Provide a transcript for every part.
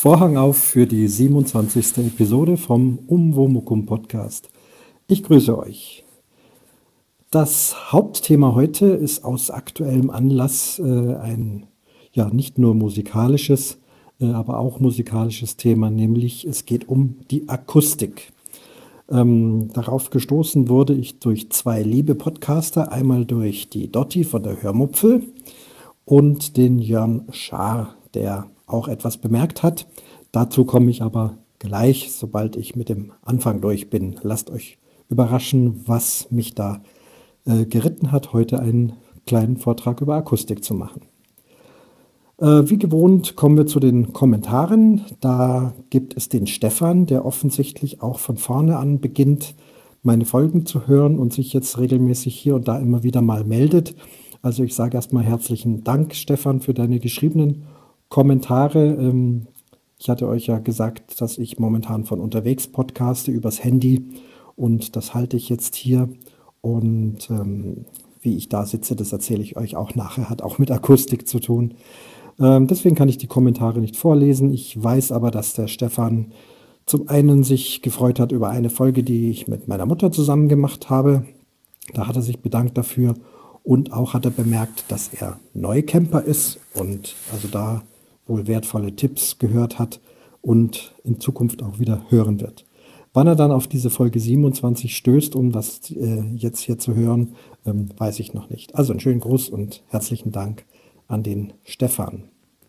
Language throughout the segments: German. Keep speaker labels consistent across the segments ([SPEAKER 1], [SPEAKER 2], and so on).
[SPEAKER 1] Vorhang auf für die 27. Episode vom Umwomukum Podcast. Ich grüße euch. Das Hauptthema heute ist aus aktuellem Anlass ein nicht nur musikalisches, aber auch musikalisches Thema, nämlich es geht um die Akustik. Darauf gestoßen wurde ich durch zwei liebe Podcaster, einmal durch die Dotti von der Hörmupfel und den Jörn Schaar, der auch etwas bemerkt hat. Dazu komme ich aber gleich, sobald ich mit dem Anfang durch bin. Lasst euch überraschen, was mich da geritten hat, heute einen kleinen Vortrag über Akustik zu machen. Wie gewohnt kommen wir zu den Kommentaren. Da gibt es den Stefan, der offensichtlich auch von vorne an beginnt, meine Folgen zu hören und sich jetzt regelmäßig hier und da immer wieder mal meldet. Also ich sage erstmal herzlichen Dank, Stefan, für deine geschriebenen Kommentare. Ich hatte euch ja gesagt, dass ich momentan von unterwegs podcaste übers Handy und das halte ich jetzt hier. Und wie ich da sitze, das erzähle ich euch auch nachher, hat auch mit Akustik zu tun. Deswegen kann ich die Kommentare nicht vorlesen. Ich weiß aber, dass der Stefan zum einen sich gefreut hat über eine Folge, die ich mit meiner Mutter zusammen gemacht habe. Da hat er sich bedankt dafür. Und auch hat er bemerkt, dass er Neucamper ist und also da wohl wertvolle Tipps gehört hat und in Zukunft auch wieder hören wird. Wann er dann auf diese Folge 27 stößt, um das jetzt hier zu hören, weiß ich noch nicht. Also einen schönen Gruß und herzlichen Dank an den Stefan.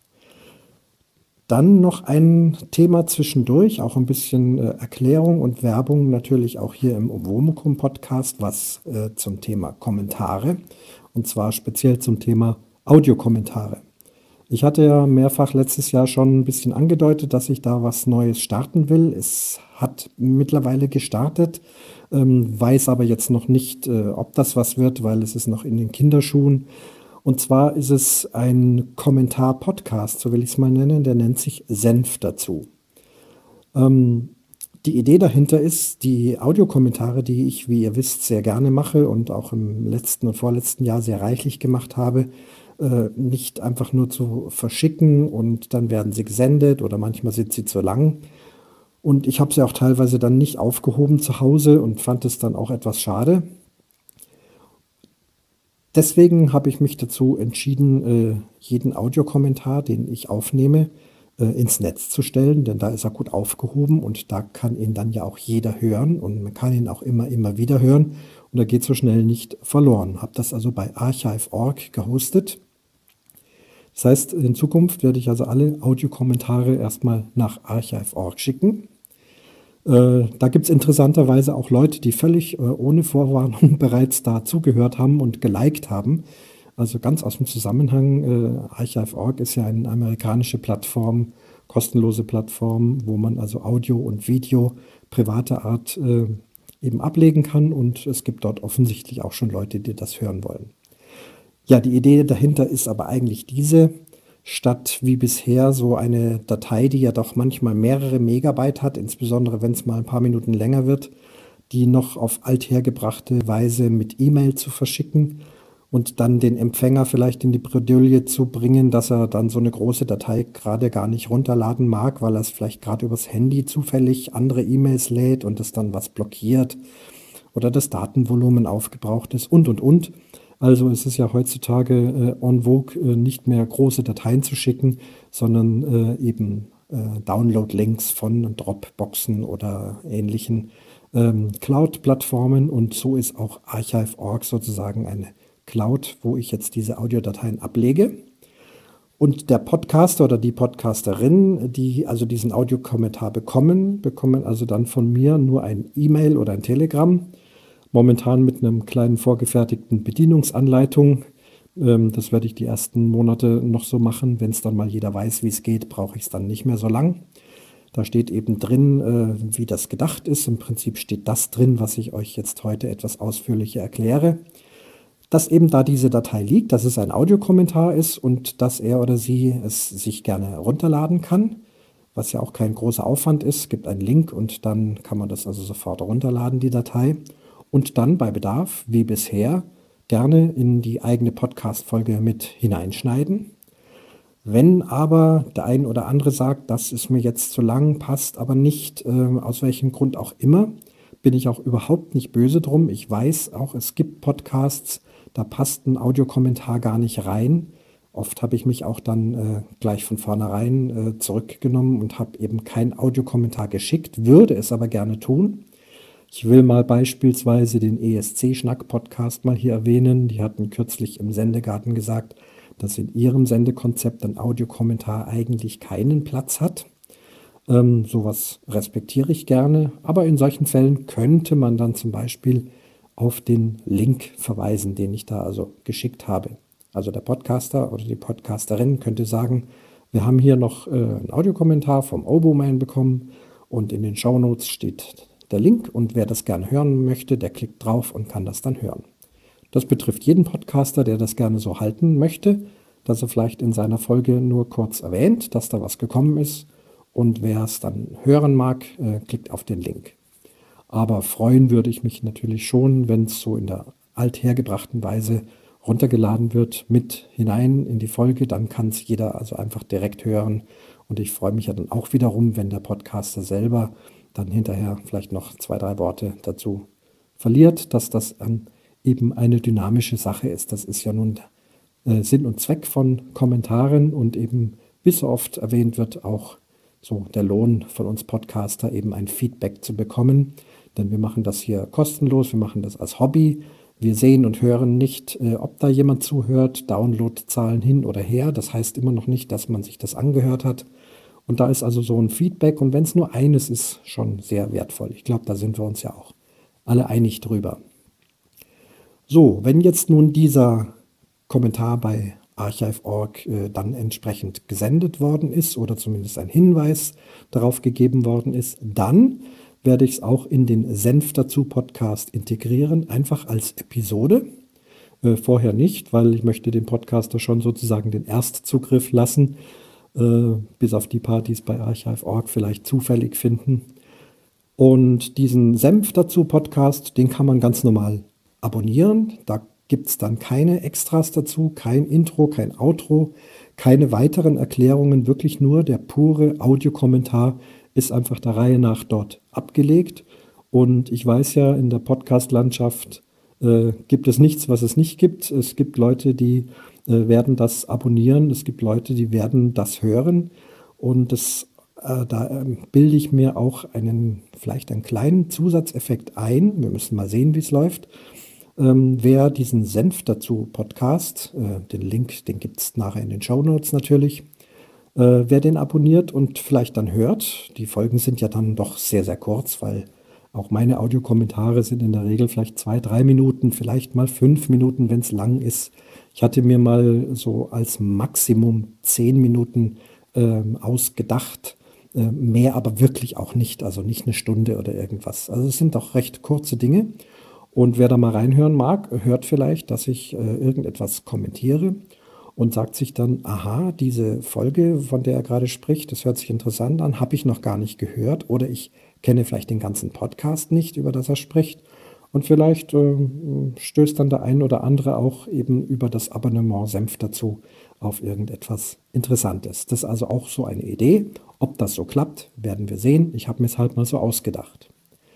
[SPEAKER 1] Dann noch ein Thema zwischendurch, auch ein bisschen Erklärung und Werbung, natürlich auch hier im Umwomukum Podcast, was zum Thema Kommentare, und zwar speziell zum Thema Audiokommentare. Ich hatte ja mehrfach letztes Jahr schon ein bisschen angedeutet, dass ich da was Neues starten will. Es hat mittlerweile gestartet, weiß aber jetzt noch nicht, ob das was wird, weil es ist noch in den Kinderschuhen. Und zwar ist es ein Kommentar-Podcast, so will ich es mal nennen, der nennt sich Senf dazu. Die Idee dahinter ist, die Audiokommentare, die ich, wie ihr wisst, sehr gerne mache und auch im letzten und vorletzten Jahr sehr reichlich gemacht habe, nicht einfach nur zu verschicken und dann werden sie gesendet oder manchmal sind sie zu lang. Und ich habe sie auch teilweise dann nicht aufgehoben zu Hause und fand es dann auch etwas schade. Deswegen habe ich mich dazu entschieden, jeden Audiokommentar, den ich aufnehme, ins Netz zu stellen, denn da ist er gut aufgehoben und da kann ihn dann ja auch jeder hören und man kann ihn auch immer wieder hören und er geht so schnell nicht verloren. Habe das also bei archive.org gehostet. Das heißt, in Zukunft werde ich also alle Audiokommentare erstmal nach archive.org schicken. Da gibt es interessanterweise auch Leute, die völlig ohne Vorwarnung bereits da zugehört haben und geliked haben. Also ganz aus dem Zusammenhang, archive.org ist ja eine amerikanische Plattform, kostenlose Plattform, wo man also Audio und Video privater Art eben ablegen kann. Und es gibt dort offensichtlich auch schon Leute, die das hören wollen. Ja, die Idee dahinter ist aber eigentlich diese: Statt wie bisher so eine Datei, die ja doch manchmal mehrere Megabyte hat, insbesondere wenn es mal ein paar Minuten länger wird, die noch auf althergebrachte Weise mit E-Mail zu verschicken und dann den Empfänger vielleicht in die Bredouille zu bringen, dass er dann so eine große Datei gerade gar nicht runterladen mag, weil er es vielleicht gerade übers Handy zufällig andere E-Mails lädt und es dann was blockiert oder das Datenvolumen aufgebraucht ist und. Also es ist ja heutzutage en vogue, nicht mehr große Dateien zu schicken, sondern eben Download-Links von Dropboxen oder ähnlichen Cloud-Plattformen. Und so ist auch archive.org sozusagen eine Cloud, wo ich jetzt diese Audiodateien ablege. Und der Podcaster oder die Podcasterin, die also diesen Audiokommentar bekommen also dann von mir nur ein E-Mail oder ein Telegramm. Momentan mit einem kleinen vorgefertigten Bedienungsanleitung. Das werde ich die ersten Monate noch so machen. Wenn es dann mal jeder weiß, wie es geht, brauche ich es dann nicht mehr so lang. Da steht eben drin, wie das gedacht ist. Im Prinzip steht das drin, was ich euch jetzt heute etwas ausführlicher erkläre. Dass eben da diese Datei liegt, dass es ein Audiokommentar ist und dass er oder sie es sich gerne runterladen kann, was ja auch kein großer Aufwand ist. Es gibt einen Link und dann kann man das also sofort runterladen, die Datei. Und dann bei Bedarf, wie bisher, gerne in die eigene Podcast-Folge mit hineinschneiden. Wenn aber der ein oder andere sagt, das ist mir jetzt zu lang, passt aber nicht, aus welchem Grund auch immer, bin ich auch überhaupt nicht böse drum. Ich weiß auch, es gibt Podcasts, da passt ein Audiokommentar gar nicht rein. Oft habe ich mich auch dann gleich von vornherein zurückgenommen und habe eben keinen Audiokommentar geschickt, würde es aber gerne tun. Ich will mal beispielsweise den ESC-Schnack-Podcast mal hier erwähnen. Die hatten kürzlich im Sendegarten gesagt, dass in ihrem Sendekonzept ein Audiokommentar eigentlich keinen Platz hat. Sowas respektiere ich gerne, aber in solchen Fällen könnte man dann zum Beispiel auf den Link verweisen, den ich da also geschickt habe. Also der Podcaster oder die Podcasterin könnte sagen, wir haben hier noch einen Audiokommentar vom Oboman bekommen und in den Shownotes steht der Link und wer das gerne hören möchte, der klickt drauf und kann das dann hören. Das betrifft jeden Podcaster, der das gerne so halten möchte, dass er vielleicht in seiner Folge nur kurz erwähnt, dass da was gekommen ist und wer es dann hören mag, klickt auf den Link. Aber freuen würde ich mich natürlich schon, wenn es so in der althergebrachten Weise runtergeladen wird, mit hinein in die Folge. Dann kann es jeder also einfach direkt hören. Und ich freue mich ja dann auch wiederum, wenn der Podcaster selber dann hinterher vielleicht noch 2, 3 Worte dazu verliert, dass das eben eine dynamische Sache ist. Das ist ja nun Sinn und Zweck von Kommentaren und eben, wie so oft erwähnt wird, auch so der Lohn von uns Podcaster, eben ein Feedback zu bekommen. Denn wir machen das hier kostenlos, wir machen das als Hobby. Wir sehen und hören nicht, ob da jemand zuhört, Downloadzahlen hin oder her. Das heißt immer noch nicht, dass man sich das angehört hat. Und da ist also so ein Feedback und wenn es nur eines ist, schon sehr wertvoll. Ich glaube, da sind wir uns ja auch alle einig drüber. So, wenn jetzt nun dieser Kommentar bei Archive.org dann entsprechend gesendet worden ist oder zumindest ein Hinweis darauf gegeben worden ist, dann werde ich es auch in den Senf dazu Podcast integrieren, einfach als Episode. Vorher nicht, weil ich möchte dem Podcaster schon sozusagen den Erstzugriff lassen, bis auf die paar, die es bei Archive.org vielleicht zufällig finden. Und diesen Senf dazu Podcast, den kann man ganz normal abonnieren. Da gibt es dann keine Extras dazu, kein Intro, kein Outro, keine weiteren Erklärungen, wirklich nur der pure Audiokommentar ist einfach der Reihe nach dort abgelegt. Und ich weiß ja, in der Podcast-Landschaft gibt es nichts, was es nicht gibt. Es gibt Leute, die werden das abonnieren. Es gibt Leute, die werden das hören. Und da bilde ich mir auch vielleicht einen kleinen Zusatzeffekt ein. Wir müssen mal sehen, wie es läuft. Wer diesen Senf dazu Podcast, den Link, den gibt es nachher in den Shownotes natürlich, wer den abonniert und vielleicht dann hört, die Folgen sind ja dann doch sehr, sehr kurz, weil auch meine Audiokommentare sind in der Regel vielleicht 2, 3 Minuten, vielleicht mal 5 Minuten, wenn es lang ist. Ich hatte mir mal so als Maximum 10 Minuten ausgedacht, mehr aber wirklich auch nicht, also nicht eine Stunde oder irgendwas. Also es sind doch recht kurze Dinge. Und wer da mal reinhören mag, hört vielleicht, dass ich irgendetwas kommentiere und sagt sich dann, aha, diese Folge, von der er gerade spricht, das hört sich interessant an, habe ich noch gar nicht gehört oder ich kenne vielleicht den ganzen Podcast nicht, über das er spricht. Und vielleicht stößt dann der ein oder andere auch eben über das Abonnement Senf dazu auf irgendetwas Interessantes. Das ist also auch so eine Idee. Ob das so klappt, werden wir sehen. Ich habe mir es halt mal so ausgedacht.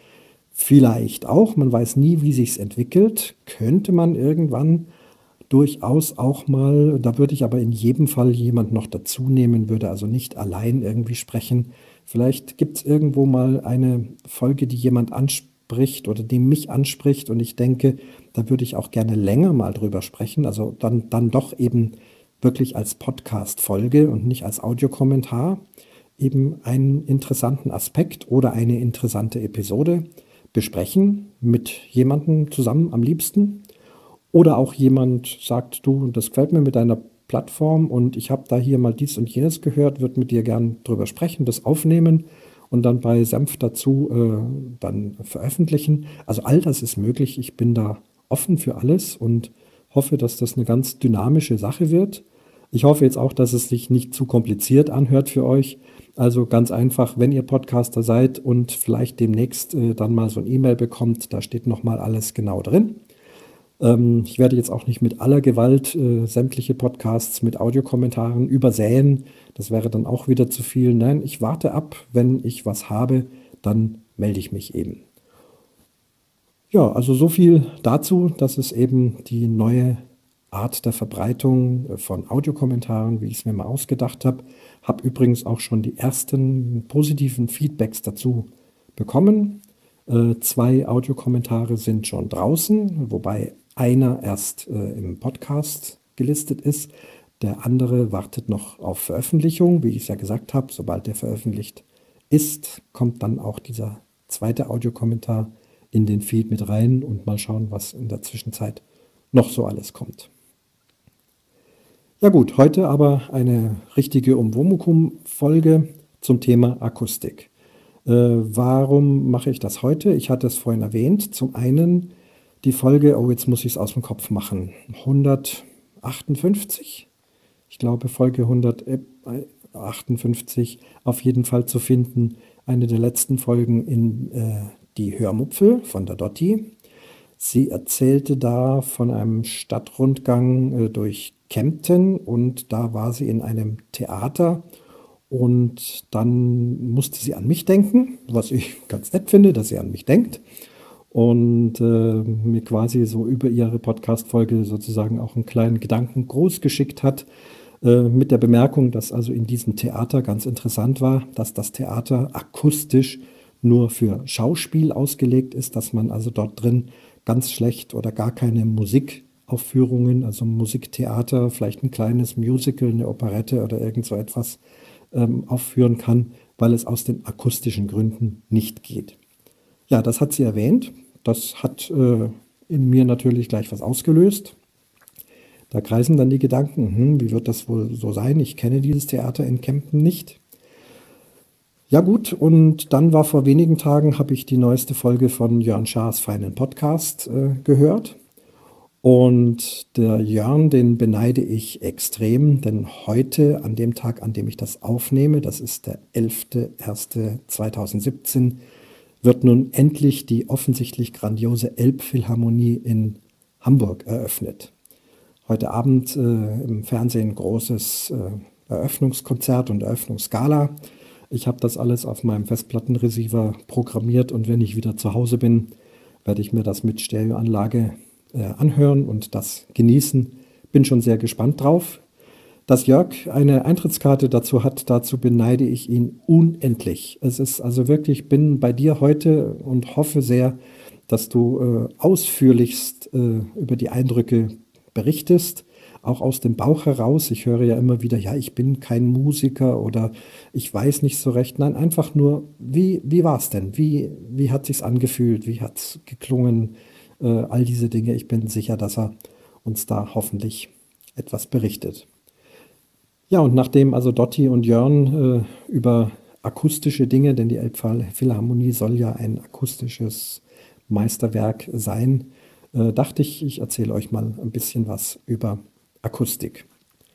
[SPEAKER 1] Vielleicht auch, man weiß nie, wie sich's entwickelt, könnte man irgendwann durchaus auch mal, da würde ich aber in jedem Fall jemand noch dazu nehmen, würde also nicht allein irgendwie sprechen. Vielleicht gibt es irgendwo mal eine Folge, die jemand anspricht oder die mich anspricht und ich denke, da würde ich auch gerne länger mal drüber sprechen, also dann doch eben wirklich als Podcast-Folge und nicht als Audiokommentar, eben einen interessanten Aspekt oder eine interessante Episode besprechen mit jemandem zusammen am liebsten. Oder auch jemand sagt, du, das gefällt mir mit deiner Plattform und ich habe da hier mal dies und jenes gehört, würde mit dir gern drüber sprechen, das aufnehmen und dann bei Senf dazu dann veröffentlichen. Also all das ist möglich. Ich bin da offen für alles und hoffe, dass das eine ganz dynamische Sache wird. Ich hoffe jetzt auch, dass es sich nicht zu kompliziert anhört für euch. Also ganz einfach, wenn ihr Podcaster seid und vielleicht demnächst dann mal so ein E-Mail bekommt, da steht nochmal alles genau drin. Ich werde jetzt auch nicht mit aller Gewalt sämtliche Podcasts mit Audiokommentaren übersäen. Das wäre dann auch wieder zu viel. Nein, ich warte ab. Wenn ich was habe, dann melde ich mich eben. Ja, also so viel dazu. Das ist eben die neue Art der Verbreitung von Audiokommentaren, wie ich es mir mal ausgedacht habe. Habe übrigens auch schon die ersten positiven Feedbacks dazu bekommen. 2 Audiokommentare sind schon draußen, wobei einer erst im Podcast gelistet ist. Der andere wartet noch auf Veröffentlichung. Wie ich es ja gesagt habe, sobald der veröffentlicht ist, kommt dann auch dieser zweite Audiokommentar in den Feed mit rein und mal schauen, was in der Zwischenzeit noch so alles kommt. Ja gut, heute aber eine richtige Umwomukum-Folge zum Thema Akustik. Warum mache ich das heute? Ich hatte es vorhin erwähnt. Zum einen die Folge, oh, jetzt muss ich es aus dem Kopf machen, 158. Ich glaube, Folge 158 auf jeden Fall zu finden. Eine der letzten Folgen in die Hörmupfel von der Dotti. Sie erzählte da von einem Stadtrundgang durch Kempten und da war sie in einem Theater und dann musste sie an mich denken, was ich ganz nett finde, dass sie an mich denkt und mir quasi so über ihre Podcast-Folge sozusagen auch einen kleinen Gedanken groß geschickt hat, mit der Bemerkung, dass also in diesem Theater ganz interessant war, dass das Theater akustisch nur für Schauspiel ausgelegt ist, dass man also dort drin ganz schlecht oder gar keine Musikaufführungen, also Musiktheater, vielleicht ein kleines Musical, eine Operette oder irgend so etwas aufführen kann, weil es aus den akustischen Gründen nicht geht. Ja, das hat sie erwähnt. Das hat in mir natürlich gleich was ausgelöst. Da kreisen dann die Gedanken, wie wird das wohl so sein? Ich kenne dieses Theater in Kempten nicht. Ja gut, und dann war vor wenigen Tagen, habe ich die neueste Folge von Jörn Schaas feinen Podcast gehört. Und der Jörn, den beneide ich extrem, denn heute, an dem Tag, an dem ich das aufnehme, das ist der 11.01.2017, wird nun endlich die offensichtlich grandiose Elbphilharmonie in Hamburg eröffnet. Heute Abend im Fernsehen großes Eröffnungskonzert und Eröffnungsgala. Ich habe das alles auf meinem Festplattenreceiver programmiert und wenn ich wieder zu Hause bin, werde ich mir das mit Stereoanlage anhören und das genießen. Bin schon sehr gespannt drauf. Dass Jörg eine Eintrittskarte dazu hat, dazu beneide ich ihn unendlich. Es ist also wirklich, ich bin bei dir heute und hoffe sehr, dass du ausführlichst über die Eindrücke berichtest, auch aus dem Bauch heraus. Ich höre ja immer wieder, ja, ich bin kein Musiker oder ich weiß nicht so recht. Nein, einfach nur, wie war es denn? Wie hat sich's angefühlt? Wie hat es geklungen? All diese Dinge. Ich bin sicher, dass er uns da hoffentlich etwas berichtet. Ja, und nachdem also Dotti und Jörn über akustische Dinge, denn die Elbphilharmonie soll ja ein akustisches Meisterwerk sein, dachte ich, ich erzähle euch mal ein bisschen was über Akustik.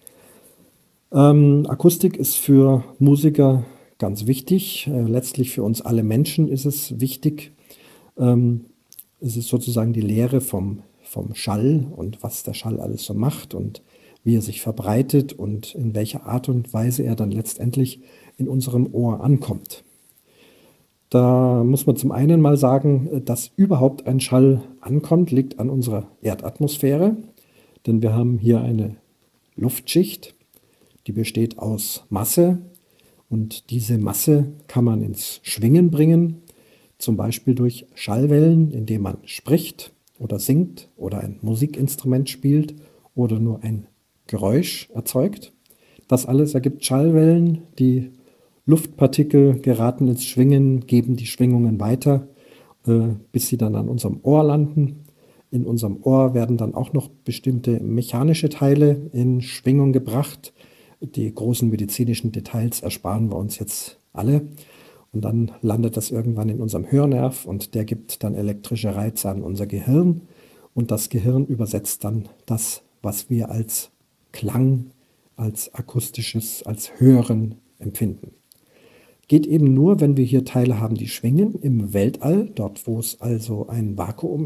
[SPEAKER 1] Akustik ist für Musiker ganz wichtig. Letztlich für uns alle Menschen ist es wichtig. Es ist sozusagen die Lehre vom Schall und was der Schall alles so macht und wie er sich verbreitet und in welcher Art und Weise er dann letztendlich in unserem Ohr ankommt. Da muss man zum einen mal sagen, dass überhaupt ein Schall ankommt, liegt an unserer Erdatmosphäre, denn wir haben hier eine Luftschicht, die besteht aus Masse und diese Masse kann man ins Schwingen bringen, zum Beispiel durch Schallwellen, indem man spricht oder singt oder ein Musikinstrument spielt oder nur ein Geräusch erzeugt. Das alles ergibt Schallwellen, die Luftpartikel geraten ins Schwingen, geben die Schwingungen weiter, bis sie dann an unserem Ohr landen. In unserem Ohr werden dann auch noch bestimmte mechanische Teile in Schwingung gebracht. Die großen medizinischen Details ersparen wir uns jetzt alle. Und dann landet das irgendwann in unserem Hörnerv und der gibt dann elektrische Reize an unser Gehirn. Und das Gehirn übersetzt dann das, was wir als Klang, als akustisches, als Hören empfinden. Geht eben nur, wenn wir hier Teile haben, die schwingen im Weltall, dort wo es also ein Vakuum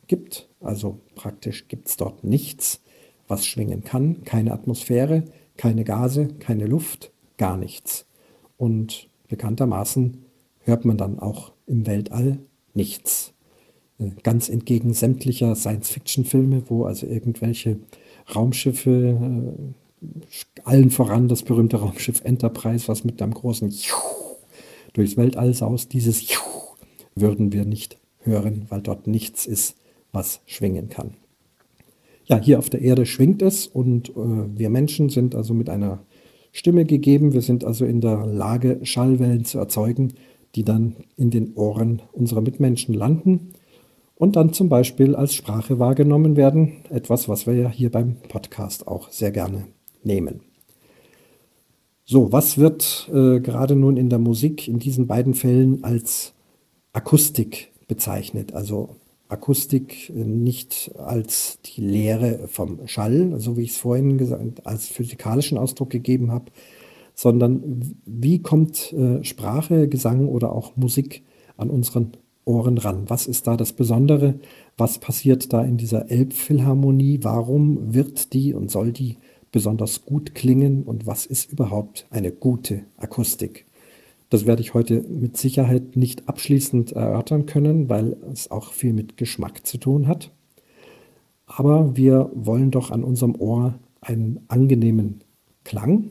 [SPEAKER 1] gibt. Also praktisch gibt es dort nichts, was schwingen kann. Keine Atmosphäre, keine Gase, keine Luft, gar nichts. Und bekanntermaßen hört man dann auch im Weltall nichts. Ganz entgegen sämtlicher Science-Fiction-Filme, wo also irgendwelche Raumschiffe, allen voran das berühmte Raumschiff Enterprise, was mit einem großen durchs Weltall saust, dieses würden wir nicht hören, weil dort nichts ist, was schwingen kann. Ja, hier auf der Erde schwingt es und wir Menschen sind also mit einer Stimme gegeben. Wir sind also in der Lage, Schallwellen zu erzeugen, die dann in den Ohren unserer Mitmenschen landen und dann zum Beispiel als Sprache wahrgenommen werden. Etwas, was wir ja hier beim Podcast auch sehr gerne nehmen. So, was wird gerade nun in der Musik in diesen beiden Fällen als Akustik bezeichnet? Also Akustik nicht als die Lehre vom Schall, so wie ich es vorhin gesagt, als physikalischen Ausdruck gegeben habe, sondern wie kommt Sprache, Gesang oder auch Musik an unseren Ohren ran? Was ist da das Besondere? Was passiert da in dieser Elbphilharmonie? Warum wird die und soll die besonders gut klingen? Und was ist überhaupt eine gute Akustik? Das werde ich heute mit Sicherheit nicht abschließend erörtern können, weil es auch viel mit Geschmack zu tun hat. Aber wir wollen doch an unserem Ohr einen angenehmen Klang.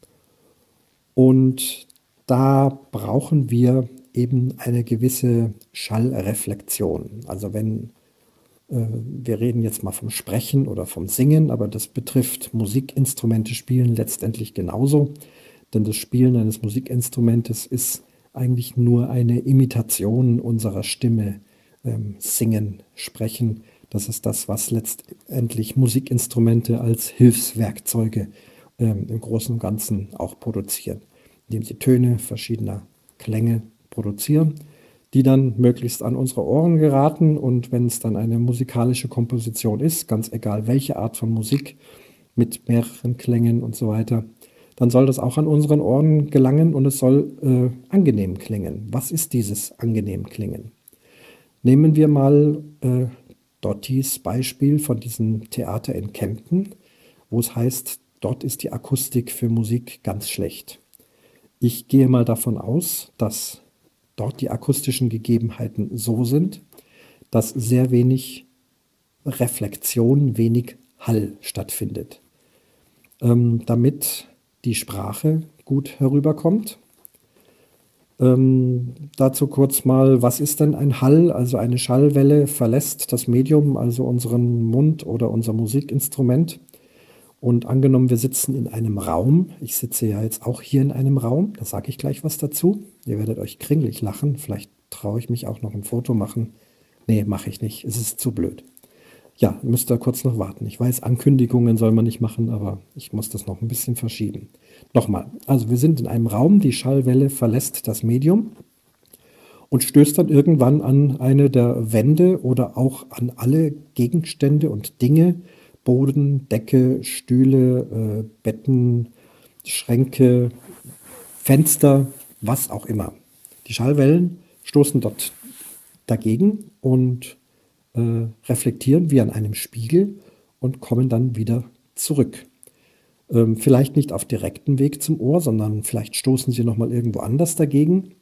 [SPEAKER 1] Und da brauchen wir eben eine gewisse Schallreflexion. Also wenn wir reden jetzt mal vom Sprechen oder vom Singen, aber das betrifft Musikinstrumente spielen letztendlich genauso. Denn das Spielen eines Musikinstrumentes ist eigentlich nur eine Imitation unserer Stimme. Singen, sprechen, das ist das, was letztendlich Musikinstrumente als Hilfswerkzeuge im Großen und Ganzen auch produzieren, indem sie Töne verschiedener Klänge produzieren, die dann möglichst an unsere Ohren geraten. Und wenn es dann eine musikalische Komposition ist, ganz egal welche Art von Musik, mit mehreren Klängen und so weiter, dann soll das auch an unseren Ohren gelangen und es soll angenehm klingen. Was ist dieses angenehm klingen? Nehmen wir mal Dottys Beispiel von diesem Theater in Kempten, wo es heißt, dort ist die Akustik für Musik ganz schlecht. Ich gehe mal davon aus, dass dort die akustischen Gegebenheiten so sind, dass sehr wenig Reflexion, wenig Hall stattfindet. Damit die Sprache gut herüberkommt. Dazu kurz mal, was ist denn ein Hall? Also eine Schallwelle verlässt das Medium, also unseren Mund oder unser Musikinstrument. Und angenommen, wir sitzen in einem Raum. Ich sitze ja jetzt auch hier in einem Raum, da sage ich gleich was dazu. Ihr werdet euch kringelig lachen, vielleicht traue ich mich auch noch ein Foto machen. Nee, mache ich nicht, es ist zu blöd. Ja, müsst ihr kurz noch warten. Ich weiß, Ankündigungen soll man nicht machen, aber ich muss das noch ein bisschen verschieben. Nochmal, also wir sind in einem Raum, die Schallwelle verlässt das Medium und stößt dann irgendwann an eine der Wände oder auch an alle Gegenstände und Dinge, Boden, Decke, Stühle, Betten, Schränke, Fenster, was auch immer. Die Schallwellen stoßen dort dagegen und reflektieren wie an einem Spiegel und kommen dann wieder zurück. Vielleicht nicht auf direktem Weg zum Ohr, sondern vielleicht stoßen sie nochmal irgendwo anders dagegen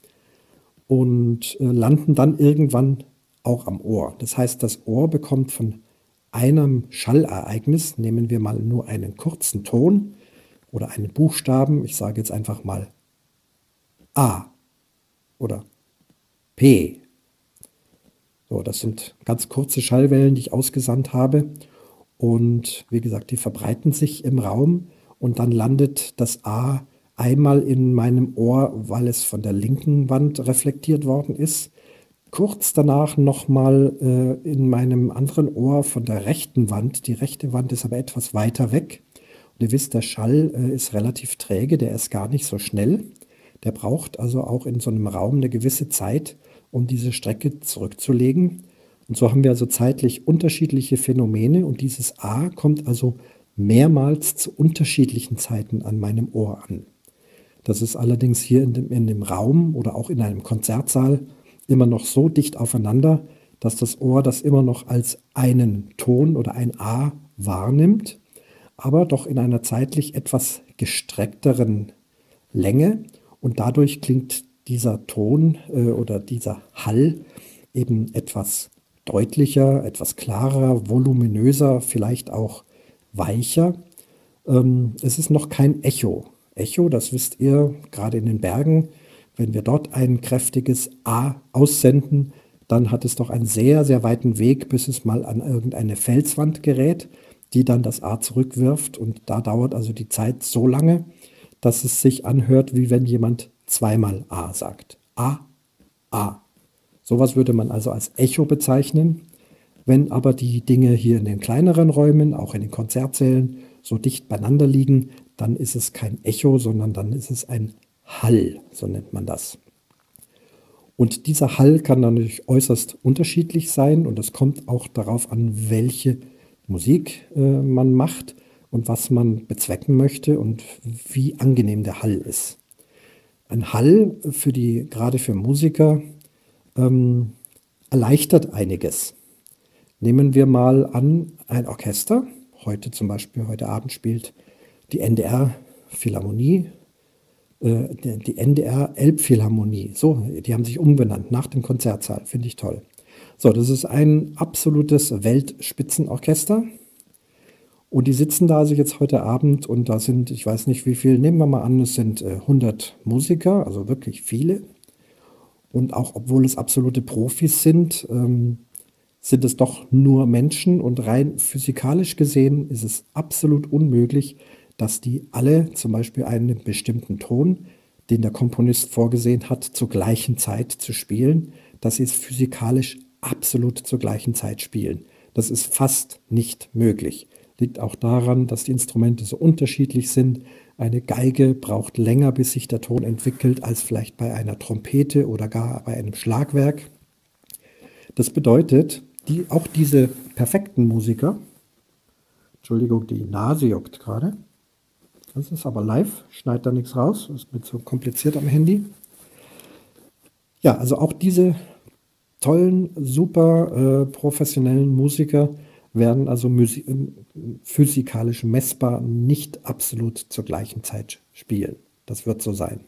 [SPEAKER 1] und landen dann irgendwann auch am Ohr. Das heißt, das Ohr bekommt von einem Schallereignis, nehmen wir mal nur einen kurzen Ton oder einen Buchstaben, ich sage jetzt einfach mal A oder P. So, das sind ganz kurze Schallwellen, die ich ausgesandt habe. Und wie gesagt, die verbreiten sich im Raum und dann landet das A einmal in meinem Ohr, weil es von der linken Wand reflektiert worden ist. Kurz danach nochmal in meinem anderen Ohr von der rechten Wand. Die rechte Wand ist aber etwas weiter weg. Und ihr wisst, der Schall ist relativ träge, der ist gar nicht so schnell. Der braucht also auch in so einem Raum eine gewisse Zeit, um diese Strecke zurückzulegen. Und so haben wir also zeitlich unterschiedliche Phänomene und dieses A kommt also mehrmals zu unterschiedlichen Zeiten an meinem Ohr an. Das ist allerdings hier in dem Raum oder auch in einem Konzertsaal immer noch so dicht aufeinander, dass das Ohr das immer noch als einen Ton oder ein A wahrnimmt, aber doch in einer zeitlich etwas gestreckteren Länge, und dadurch klingt dieser Ton oder dieser Hall eben etwas deutlicher, etwas klarer, voluminöser, vielleicht auch weicher. Es ist noch kein Echo. Echo, das wisst ihr, gerade in den Bergen, wenn wir dort ein kräftiges A aussenden, dann hat es doch einen sehr, sehr weiten Weg, bis es mal an irgendeine Felswand gerät, die dann das A zurückwirft. Und da dauert also die Zeit so lange, dass es sich anhört, wie wenn jemand zweimal A sagt. A, A. Sowas würde man also als Echo bezeichnen. Wenn aber die Dinge hier in den kleineren Räumen, auch in den Konzertsälen, so dicht beieinander liegen, dann ist es kein Echo, sondern dann ist es ein Hall, so nennt man das. Und dieser Hall kann natürlich äußerst unterschiedlich sein, und es kommt auch darauf an, welche Musik man macht und was man bezwecken möchte und wie angenehm der Hall ist. Ein Hall gerade für Musiker erleichtert einiges. Nehmen wir mal an, ein Orchester, heute Abend spielt die NDR Philharmonie, die NDR Elbphilharmonie, so, die haben sich umbenannt nach dem Konzertsaal, finde ich toll. So, das ist ein absolutes Weltspitzenorchester, und die sitzen da also jetzt heute Abend, und da sind, ich weiß nicht wie viel, nehmen wir mal an, es sind 100 Musiker, also wirklich viele. Und auch obwohl es absolute Profis sind es doch nur Menschen, und rein physikalisch gesehen ist es absolut unmöglich, dass die alle zum Beispiel einen bestimmten Ton, den der Komponist vorgesehen hat, zur gleichen Zeit zu spielen, dass sie es physikalisch absolut zur gleichen Zeit spielen. Das ist fast nicht möglich. Liegt auch daran, dass die Instrumente so unterschiedlich sind. Eine Geige braucht länger, bis sich der Ton entwickelt, als vielleicht bei einer Trompete oder gar bei einem Schlagwerk. Das bedeutet, auch diese perfekten Musiker, Entschuldigung, die Nase juckt gerade, das ist aber live, schneid da nichts raus, das ist mir so kompliziert am Handy. Ja, also auch diese tollen, super professionellen Musiker werden also physikalisch messbar nicht absolut zur gleichen Zeit spielen. Das wird so sein.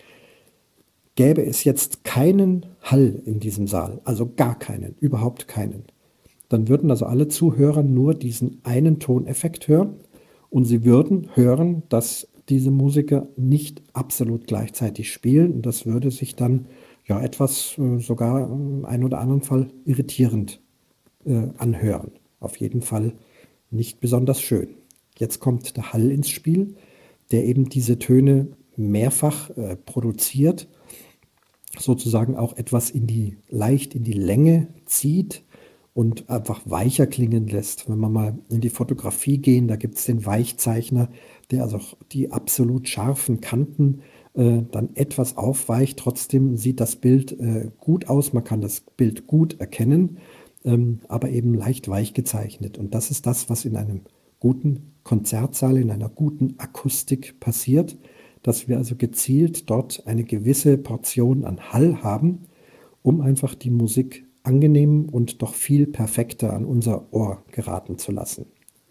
[SPEAKER 1] Gäbe es jetzt keinen Hall in diesem Saal, also gar keinen, überhaupt keinen, dann würden also alle Zuhörer nur diesen einen Toneffekt hören, und sie würden hören, dass diese Musiker nicht absolut gleichzeitig spielen, und das würde sich dann ja etwas sogar im einen oder anderen Fall irritierend anhören. Auf jeden Fall nicht besonders schön. Jetzt kommt der Hall ins Spiel, der eben diese Töne mehrfach produziert, sozusagen auch etwas leicht in die Länge zieht und einfach weicher klingen lässt. Wenn wir mal in die Fotografie gehen, da gibt es den Weichzeichner, der also die absolut scharfen Kanten dann etwas aufweicht. Trotzdem sieht das Bild gut aus, man kann das Bild gut erkennen, aber eben leicht weich gezeichnet. Und das ist das, was in einem guten Konzertsaal, in einer guten Akustik passiert, dass wir also gezielt dort eine gewisse Portion an Hall haben, um einfach die Musik angenehm und doch viel perfekter an unser Ohr geraten zu lassen.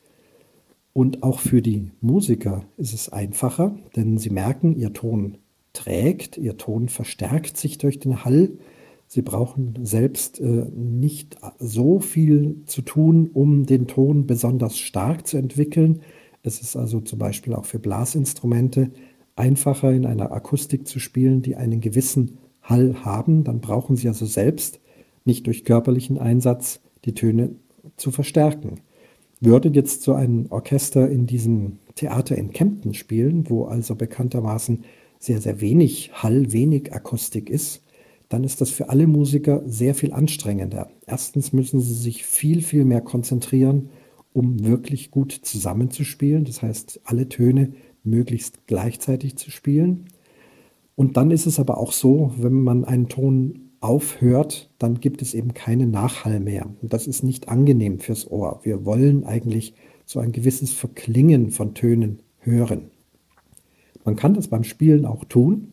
[SPEAKER 1] Und auch für die Musiker ist es einfacher, denn sie merken, ihr Ton trägt, ihr Ton verstärkt sich durch den Hall. Sie brauchen selbst nicht so viel zu tun, um den Ton besonders stark zu entwickeln. Es ist also zum Beispiel auch für Blasinstrumente einfacher, in einer Akustik zu spielen, die einen gewissen Hall haben. Dann brauchen sie also selbst nicht durch körperlichen Einsatz die Töne zu verstärken. Würde jetzt so ein Orchester in diesem Theater in Kempten spielen, wo also bekanntermaßen sehr, sehr wenig Hall, wenig Akustik ist, dann ist das für alle Musiker sehr viel anstrengender. Erstens müssen sie sich viel, viel mehr konzentrieren, um wirklich gut zusammenzuspielen. Das heißt, alle Töne möglichst gleichzeitig zu spielen. Und dann ist es aber auch so, wenn man einen Ton aufhört, dann gibt es eben keinen Nachhall mehr. Und das ist nicht angenehm fürs Ohr. Wir wollen eigentlich so ein gewisses Verklingen von Tönen hören. Man kann das beim Spielen auch tun.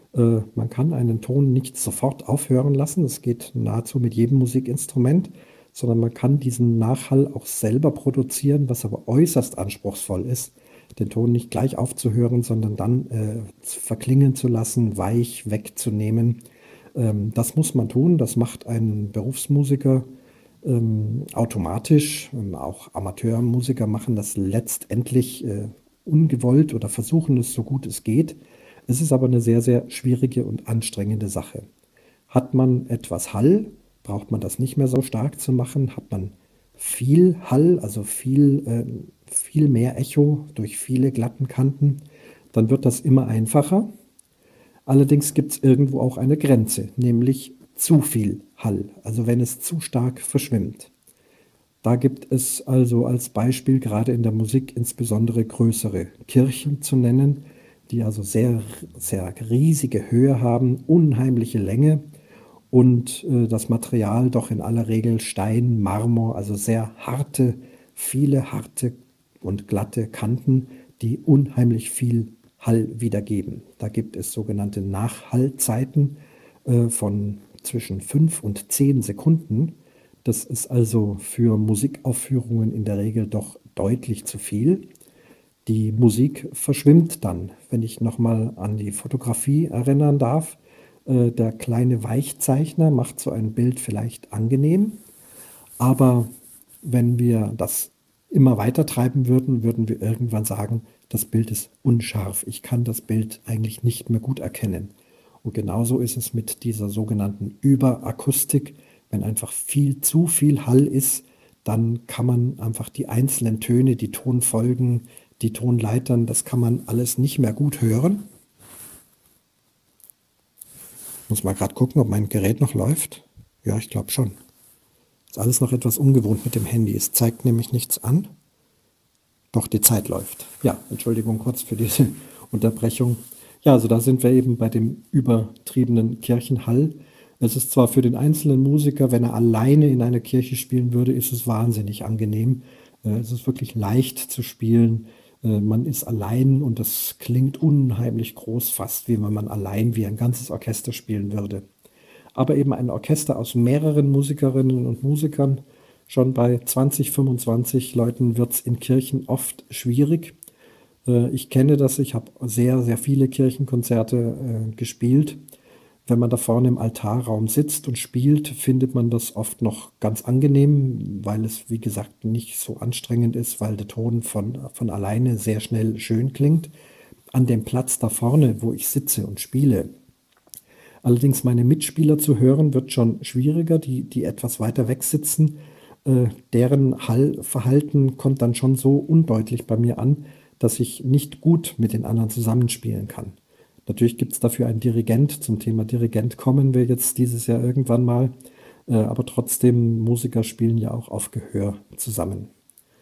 [SPEAKER 1] Man kann einen Ton nicht sofort aufhören lassen. Das geht nahezu mit jedem Musikinstrument, sondern man kann diesen Nachhall auch selber produzieren, was aber äußerst anspruchsvoll ist, den Ton nicht gleich aufzuhören, sondern dann verklingen zu lassen, weich wegzunehmen. Das muss man tun, das macht ein Berufsmusiker automatisch. Auch Amateurmusiker machen das letztendlich ungewollt oder versuchen es so gut es geht. Es ist aber eine sehr, sehr schwierige und anstrengende Sache. Hat man etwas Hall, braucht man das nicht mehr so stark zu machen. Hat man viel Hall, also viel mehr Echo durch viele glatten Kanten, dann wird das immer einfacher. Allerdings gibt es irgendwo auch eine Grenze, nämlich zu viel Hall, also wenn es zu stark verschwimmt. Da gibt es also als Beispiel gerade in der Musik insbesondere größere Kirchen zu nennen, die also sehr, sehr riesige Höhe haben, unheimliche Länge und das Material doch in aller Regel Stein, Marmor, also sehr harte, viele harte und glatte Kanten, die unheimlich viel Hall wiedergeben. Da gibt es sogenannte Nachhallzeiten von zwischen 5 und 10 Sekunden. Das ist also für Musikaufführungen in der Regel doch deutlich zu viel. Die Musik verschwimmt dann, wenn ich nochmal an die Fotografie erinnern darf. Der kleine Weichzeichner macht so ein Bild vielleicht angenehm, aber wenn wir das immer weiter treiben würden, würden wir irgendwann sagen, das Bild ist unscharf. Ich kann das Bild eigentlich nicht mehr gut erkennen. Und genauso ist es mit dieser sogenannten Überakustik. Wenn einfach viel zu viel Hall ist, dann kann man einfach die einzelnen Töne, die Tonfolgen, die Tonleitern, das kann man alles nicht mehr gut hören. Ich muss mal gerade gucken, ob mein Gerät noch läuft. Ja, ich glaube schon. Ist alles noch etwas ungewohnt mit dem Handy. Es zeigt nämlich nichts an. Doch, die Zeit läuft. Ja, Entschuldigung kurz für diese Unterbrechung. Ja, also da sind wir eben bei dem übertriebenen Kirchenhall. Es ist zwar für den einzelnen Musiker, wenn er alleine in einer Kirche spielen würde, ist es wahnsinnig angenehm. Es ist wirklich leicht zu spielen. Man ist allein und das klingt unheimlich groß, fast wie wenn man allein wie ein ganzes Orchester spielen würde. Aber eben ein Orchester aus mehreren Musikerinnen und Musikern, schon bei 20, 25 Leuten wird es in Kirchen oft schwierig. Ich kenne das, ich habe sehr, sehr viele Kirchenkonzerte gespielt. Wenn man da vorne im Altarraum sitzt und spielt, findet man das oft noch ganz angenehm, weil es, wie gesagt, nicht so anstrengend ist, weil der Ton von alleine sehr schnell schön klingt. An dem Platz da vorne, wo ich sitze und spiele, allerdings meine Mitspieler zu hören, wird schon schwieriger, die etwas weiter weg sitzen. Deren Hallverhalten kommt dann schon so undeutlich bei mir an, dass ich nicht gut mit den anderen zusammenspielen kann. Natürlich gibt es dafür einen Dirigent. Zum Thema Dirigent kommen wir jetzt dieses Jahr irgendwann mal. Aber trotzdem, Musiker spielen ja auch auf Gehör zusammen.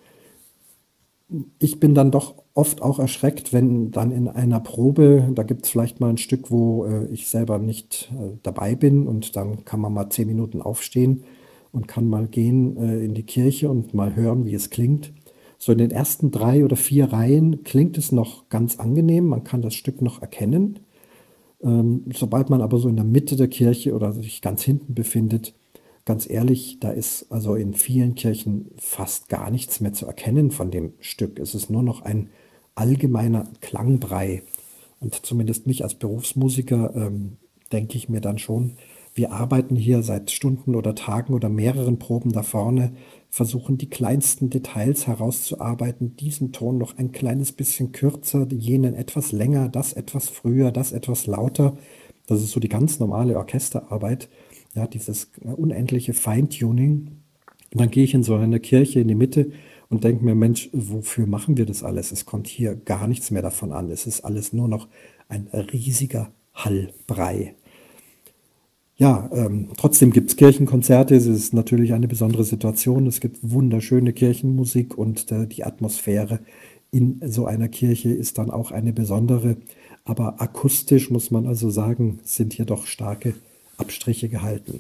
[SPEAKER 1] Ich bin dann doch oft auch erschreckt, wenn dann in einer Probe, da gibt es vielleicht mal ein Stück, wo ich selber nicht dabei bin und dann kann man mal 10 Minuten aufstehen und kann mal gehen in die Kirche und mal hören, wie es klingt. So in den ersten 3 oder 4 Reihen klingt es noch ganz angenehm, man kann das Stück noch erkennen. Sobald man aber so in der Mitte der Kirche oder sich ganz hinten befindet, ganz ehrlich, da ist also in vielen Kirchen fast gar nichts mehr zu erkennen von dem Stück. Es ist nur noch ein allgemeiner Klangbrei. Und zumindest mich als Berufsmusiker denke ich mir dann schon, wir arbeiten hier seit Stunden oder Tagen oder mehreren Proben da vorne, versuchen die kleinsten Details herauszuarbeiten, diesen Ton noch ein kleines bisschen kürzer, jenen etwas länger, das etwas früher, das etwas lauter. Das ist so die ganz normale Orchesterarbeit, ja, dieses unendliche Feintuning. Und dann gehe ich in so eine Kirche in die Mitte und denke mir, Mensch, wofür machen wir das alles? Es kommt hier gar nichts mehr davon an. Es ist alles nur noch ein riesiger Hallbrei. Ja, trotzdem gibt es Kirchenkonzerte. Es ist natürlich eine besondere Situation. Es gibt wunderschöne Kirchenmusik und die Atmosphäre in so einer Kirche ist dann auch eine besondere. Aber akustisch muss man also sagen, sind hier doch starke Abstriche gehalten.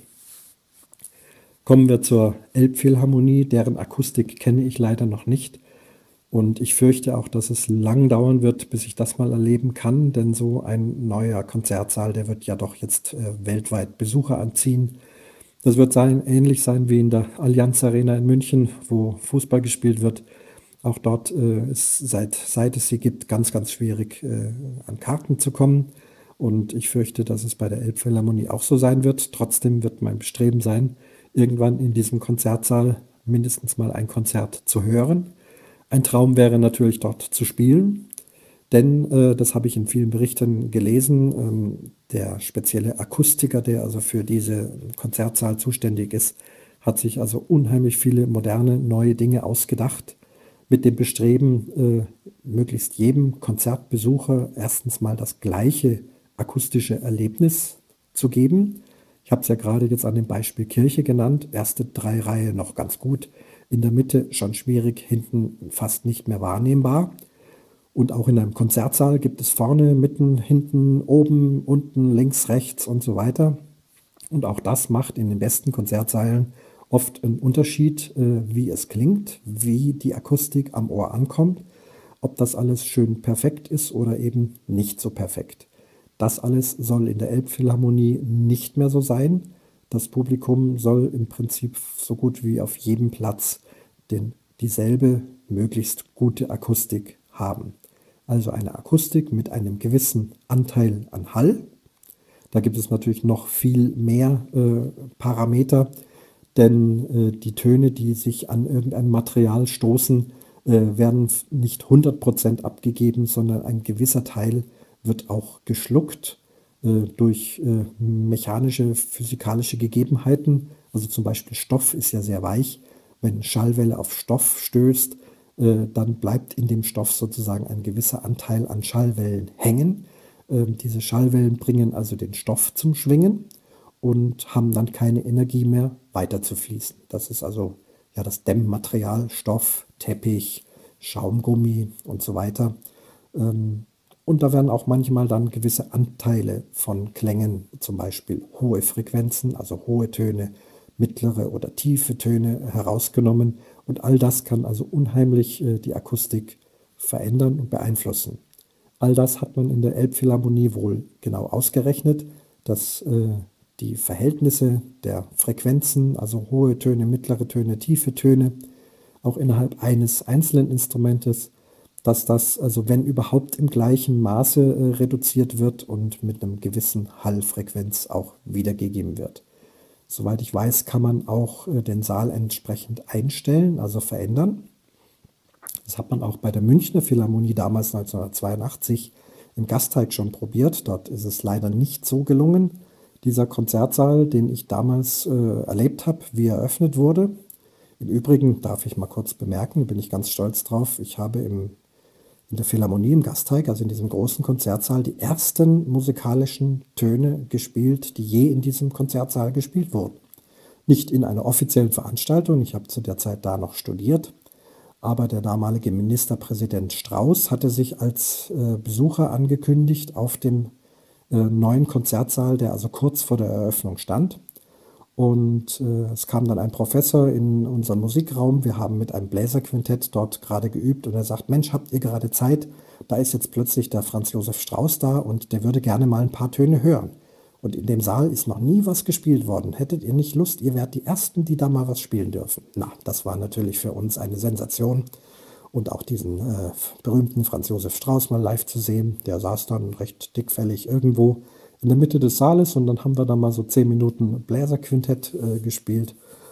[SPEAKER 1] Kommen wir zur Elbphilharmonie, deren Akustik kenne ich leider noch nicht. Und ich fürchte auch, dass es lang dauern wird, bis ich das mal erleben kann, denn so ein neuer Konzertsaal, der wird ja doch jetzt weltweit Besucher anziehen. Das wird ähnlich sein wie in der Allianz Arena in München, wo Fußball gespielt wird. Auch dort ist seit es sie gibt ganz, ganz schwierig an Karten zu kommen. Und ich fürchte, dass es bei der Elbphilharmonie auch so sein wird. Trotzdem wird mein Bestreben sein, irgendwann in diesem Konzertsaal mindestens mal ein Konzert zu hören. Ein Traum wäre natürlich dort zu spielen, denn das habe ich in vielen Berichten gelesen. Der spezielle Akustiker, der also für diese Konzertsaal zuständig ist, hat sich also unheimlich viele moderne, neue Dinge ausgedacht, mit dem Bestreben, möglichst jedem Konzertbesucher erstens mal das gleiche akustische Erlebnis zu geben. Ich habe es ja gerade jetzt an dem Beispiel Kirche genannt. Erste 3 Reihe noch ganz gut, in der Mitte schon schwierig, hinten fast nicht mehr wahrnehmbar. Und auch in einem Konzertsaal gibt es vorne, mitten, hinten, oben, unten, links, rechts und so weiter. Und auch das macht in den besten Konzertsälen oft einen Unterschied, wie es klingt, wie die Akustik am Ohr ankommt, ob das alles schön perfekt ist oder eben nicht so perfekt. Das alles soll in der Elbphilharmonie nicht mehr so sein. Das Publikum soll im Prinzip so gut wie auf jedem Platz dieselbe, möglichst gute Akustik haben. Also eine Akustik mit einem gewissen Anteil an Hall. Da gibt es natürlich noch viel mehr Parameter, denn die Töne, die sich an irgendein Material stoßen, werden nicht 100% abgegeben, sondern ein gewisser Teil wird auch geschluckt durch mechanische, physikalische Gegebenheiten. Also zum Beispiel Stoff ist ja sehr weich. Wenn Schallwelle auf Stoff stößt, dann bleibt in dem Stoff sozusagen ein gewisser Anteil an Schallwellen hängen. Diese Schallwellen bringen also den Stoff zum Schwingen und haben dann keine Energie mehr weiter zu fließen. Das ist also ja das Dämmmaterial, Stoff, Teppich, Schaumgummi und so weiter. Und da werden auch manchmal dann gewisse Anteile von Klängen, zum Beispiel hohe Frequenzen, also hohe Töne, mittlere oder tiefe Töne herausgenommen. Und all das kann also unheimlich die Akustik verändern und beeinflussen. All das hat man in der Elbphilharmonie wohl genau ausgerechnet, dass die Verhältnisse der Frequenzen, also hohe Töne, mittlere Töne, tiefe Töne, auch innerhalb eines einzelnen Instrumentes, dass das, also wenn überhaupt, im gleichen Maße reduziert wird und mit einem gewissen Hallfrequenz auch wiedergegeben wird. Soweit ich weiß, kann man auch den Saal entsprechend einstellen, also verändern. Das hat man auch bei der Münchner Philharmonie damals 1982 im Gasteig schon probiert. Dort ist es leider nicht so gelungen. Dieser Konzertsaal, den ich damals erlebt habe, wie er eröffnet wurde. Im Übrigen darf ich mal kurz bemerken, bin ich ganz stolz drauf, ich habe in der Philharmonie im Gasteig, also in diesem großen Konzertsaal, die ersten musikalischen Töne gespielt, die je in diesem Konzertsaal gespielt wurden. Nicht in einer offiziellen Veranstaltung, ich habe zu der Zeit da noch studiert, aber der damalige Ministerpräsident Strauß hatte sich als Besucher angekündigt auf dem neuen Konzertsaal, der also kurz vor der Eröffnung stand. Und es kam dann ein Professor in unseren Musikraum. Wir haben mit einem Bläserquintett dort gerade geübt und er sagt, Mensch, habt ihr gerade Zeit? Da ist jetzt plötzlich der Franz Josef Strauß da und der würde gerne mal ein paar Töne hören. Und in dem Saal ist noch nie was gespielt worden. Hättet ihr nicht Lust, ihr wärt die Ersten, die da mal was spielen dürfen? Na, das war natürlich für uns eine Sensation. Und auch diesen berühmten Franz Josef Strauß mal live zu sehen, der saß dann recht dickfällig irgendwo in der Mitte des Saales und dann haben wir da mal so 10 Minuten Bläserquintett gespielt.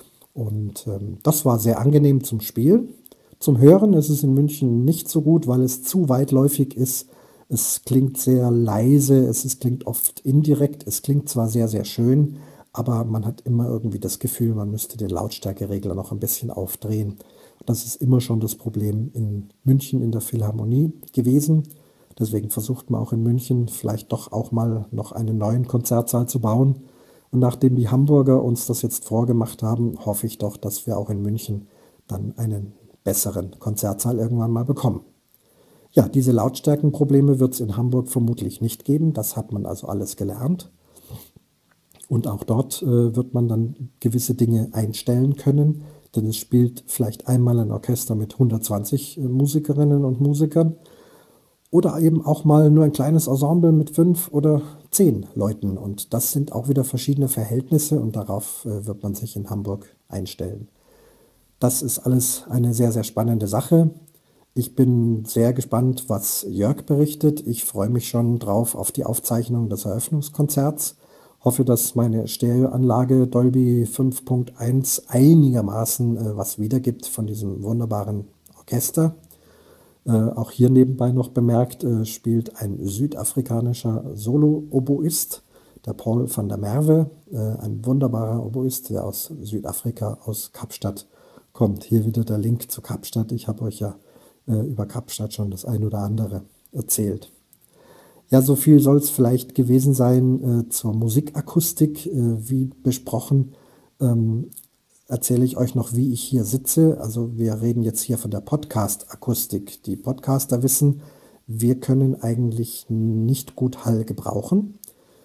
[SPEAKER 1] Und das war sehr angenehm zum Spielen. Zum Hören ist es in München nicht so gut, weil es zu weitläufig ist. Es klingt sehr leise, es klingt oft indirekt, es klingt zwar sehr, sehr schön, aber man hat immer irgendwie das Gefühl, man müsste den Lautstärkeregler noch ein bisschen aufdrehen. Das ist immer schon das Problem in München in der Philharmonie gewesen. Deswegen versucht man auch in München vielleicht doch auch mal noch einen neuen Konzertsaal zu bauen. Und nachdem die Hamburger uns das jetzt vorgemacht haben, hoffe ich doch, dass wir auch in München dann einen besseren Konzertsaal irgendwann mal bekommen. Ja, diese Lautstärkenprobleme wird es in Hamburg vermutlich nicht geben. Das hat man also alles gelernt. Und auch dort wird man dann gewisse Dinge einstellen können, denn es spielt vielleicht einmal ein Orchester mit 120 Musikerinnen und Musikern oder eben auch mal nur ein kleines Ensemble mit 5 oder 10 Leuten. Und das sind auch wieder verschiedene Verhältnisse und darauf wird man sich in Hamburg einstellen. Das ist alles eine sehr, sehr spannende Sache. Ich bin sehr gespannt, was Jörg berichtet. Ich freue mich schon drauf auf die Aufzeichnung des Eröffnungskonzerts. Hoffe, dass meine Stereoanlage Dolby 5.1 einigermaßen was wiedergibt von diesem wunderbaren Orchester. Auch hier nebenbei noch bemerkt, spielt ein südafrikanischer Solo-Oboist, der Paul van der Merwe, ein wunderbarer Oboist, der aus Südafrika, aus Kapstadt kommt. Hier wieder der Link zu Kapstadt. Ich habe euch ja über Kapstadt schon das ein oder andere erzählt. Ja, so viel soll es vielleicht gewesen sein zur Musikakustik. Wie besprochen, erzähle ich euch noch, wie ich hier sitze. Also wir reden jetzt hier von der Podcast-Akustik. Die Podcaster wissen, wir können eigentlich nicht gut Hall gebrauchen.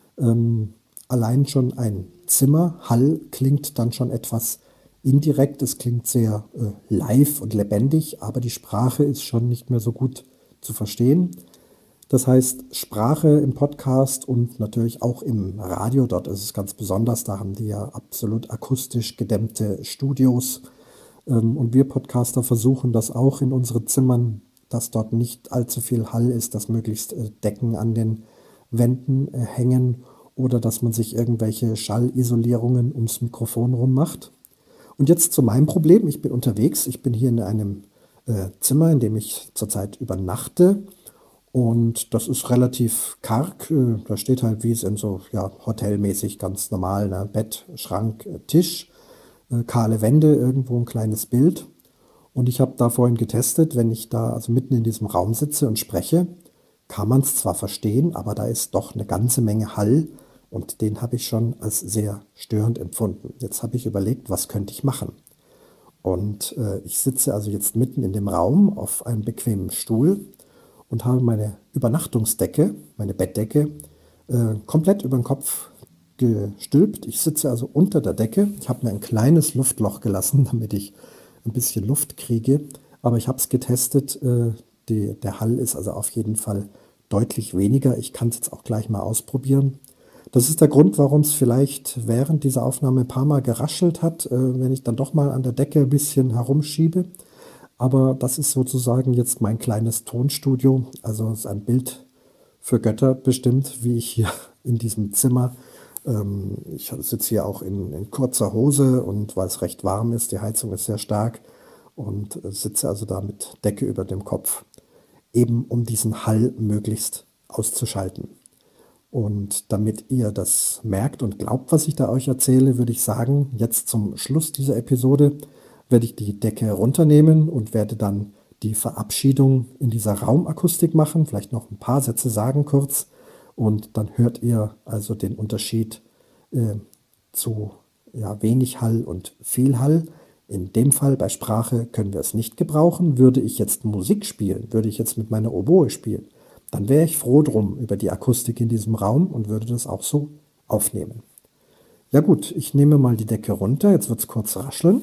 [SPEAKER 1] Allein schon ein Zimmer, Hall klingt dann schon etwas indirekt, es klingt sehr live und lebendig, aber die Sprache ist schon nicht mehr so gut zu verstehen. Das heißt, Sprache im Podcast und natürlich auch im Radio, dort ist es ganz besonders, da haben die ja absolut akustisch gedämmte Studios. Und wir Podcaster versuchen das auch in unseren Zimmern, dass dort nicht allzu viel Hall ist, dass möglichst Decken an den Wänden hängen oder dass man sich irgendwelche Schallisolierungen ums Mikrofon rum macht. Und jetzt zu meinem Problem. Ich bin unterwegs. Ich bin hier in einem Zimmer, in dem ich zurzeit übernachte. Und das ist relativ karg. Da steht halt, wie es in so ja, hotelmäßig ganz normal, ne? Bett, Schrank, Tisch, kahle Wände, irgendwo ein kleines Bild. Und ich habe da vorhin getestet, wenn ich da also mitten in diesem Raum sitze und spreche, kann man es zwar verstehen, aber da ist doch eine ganze Menge Hall. Und den habe ich schon als sehr störend empfunden. Jetzt habe ich überlegt, was könnte ich machen? Und ich sitze also jetzt mitten in dem Raum auf einem bequemen Stuhl und habe meine Übernachtungsdecke, meine Bettdecke, komplett über den Kopf gestülpt. Ich sitze also unter der Decke. Ich habe mir ein kleines Luftloch gelassen, damit ich ein bisschen Luft kriege. Aber ich habe es getestet. Der Hall ist also auf jeden Fall deutlich weniger. Ich kann es jetzt auch gleich mal ausprobieren. Das ist der Grund, warum es vielleicht während dieser Aufnahme ein paar Mal geraschelt hat, wenn ich dann doch mal an der Decke ein bisschen herumschiebe. Aber das ist sozusagen jetzt mein kleines Tonstudio. Also es ist ein Bild für Götter bestimmt, wie ich hier in diesem Zimmer. Ich sitze hier auch in kurzer Hose und weil es recht warm ist, die Heizung ist sehr stark und sitze also da mit Decke über dem Kopf, eben um diesen Hall möglichst auszuschalten. Und damit ihr das merkt und glaubt, was ich da euch erzähle, würde ich sagen, jetzt zum Schluss dieser Episode werde ich die Decke runternehmen und werde dann die Verabschiedung in dieser Raumakustik machen, vielleicht noch ein paar Sätze sagen kurz und dann hört ihr also den Unterschied zu ja, wenig Hall und viel Hall. In dem Fall bei Sprache können wir es nicht gebrauchen. Würde ich jetzt Musik spielen, würde ich jetzt mit meiner Oboe spielen, dann wäre ich froh drum über die Akustik in diesem Raum und würde das auch so aufnehmen. Ja gut, ich nehme mal die Decke runter, jetzt wird es kurz rascheln.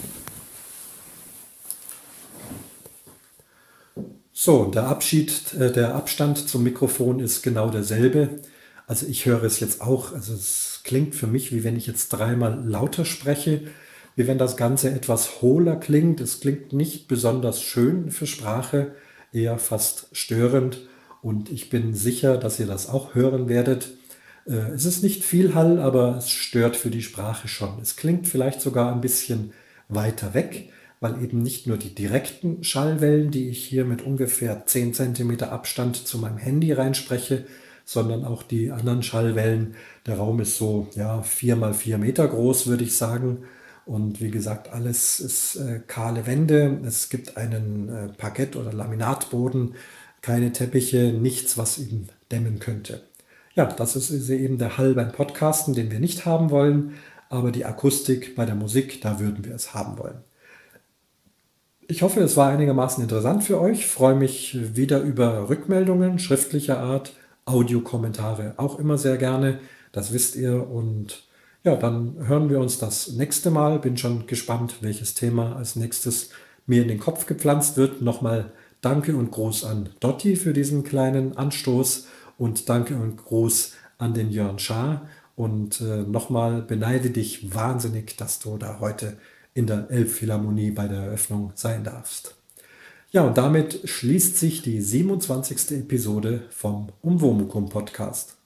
[SPEAKER 1] So, der Abstand zum Mikrofon ist genau derselbe. Also ich höre es jetzt auch, also es klingt für mich, wie wenn ich jetzt dreimal lauter spreche, wie wenn das Ganze etwas hohler klingt. Es klingt nicht besonders schön für Sprache, eher fast störend. Und ich bin sicher, dass ihr das auch hören werdet. Es ist nicht viel Hall, aber es stört für die Sprache schon. Es klingt vielleicht sogar ein bisschen weiter weg, weil eben nicht nur die direkten Schallwellen, die ich hier mit ungefähr 10 cm Abstand zu meinem Handy reinspreche, sondern auch die anderen Schallwellen. Der Raum ist so ja, 4 mal 4 Meter groß, würde ich sagen. Und wie gesagt, alles ist kahle Wände. Es gibt einen Parkett- oder Laminatboden, keine Teppiche, nichts, was ihn dämmen könnte. Ja, das ist eben der Hall beim Podcasten, den wir nicht haben wollen. Aber die Akustik bei der Musik, da würden wir es haben wollen. Ich hoffe, es war einigermaßen interessant für euch. Ich freue mich wieder über Rückmeldungen schriftlicher Art, Audiokommentare auch immer sehr gerne. Das wisst ihr. Und Ja, dann hören wir uns das nächste Mal. Bin schon gespannt, welches Thema als nächstes mir in den Kopf gepflanzt wird. Nochmal Danke und Gruß an Dotti für diesen kleinen Anstoß und Danke und Gruß an den Jörn Schaar. Und nochmal beneide dich wahnsinnig, dass du da heute in der Elbphilharmonie bei der Eröffnung sein darfst. Ja, und damit schließt sich die 27. Episode vom Umwomukum Podcast.